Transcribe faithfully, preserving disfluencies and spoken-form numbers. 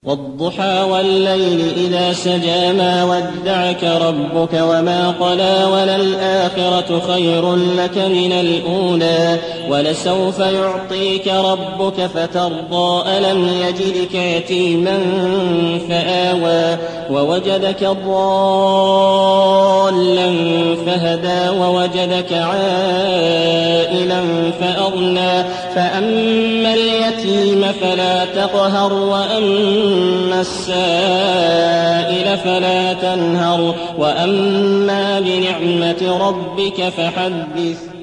وَالضُّحَىٰ وَاللَّيْلِ إِذَا سَجَىٰ مَا وَدَّعَكَ رَبُّكَ وَمَا قَلَىٰ وَلَلْآخِرَةُ خَيْرٌ لَّكَ مِنَ الْأُولَىٰ وَلَسَوْفَ يُعْطِيكَ رَبُّكَ فَتَرْضَىٰ أَلَمْ يَجِدْكَ يَتِيمًا فَآوَىٰ وَوَجَدَكَ ضَالًّا فَهَدَىٰ وَوَجَدَكَ عَائِلًا فَأَغْنَىٰ فَأَمَّا الْيَتِيمَ فَلَا تَقْهَرْ وَأَمَّا السَّائِلَ فَلَا تَنْهَرْ وَأَمَّا بِنِعْمَةِ رَبِّكَ فَحَدِّثْ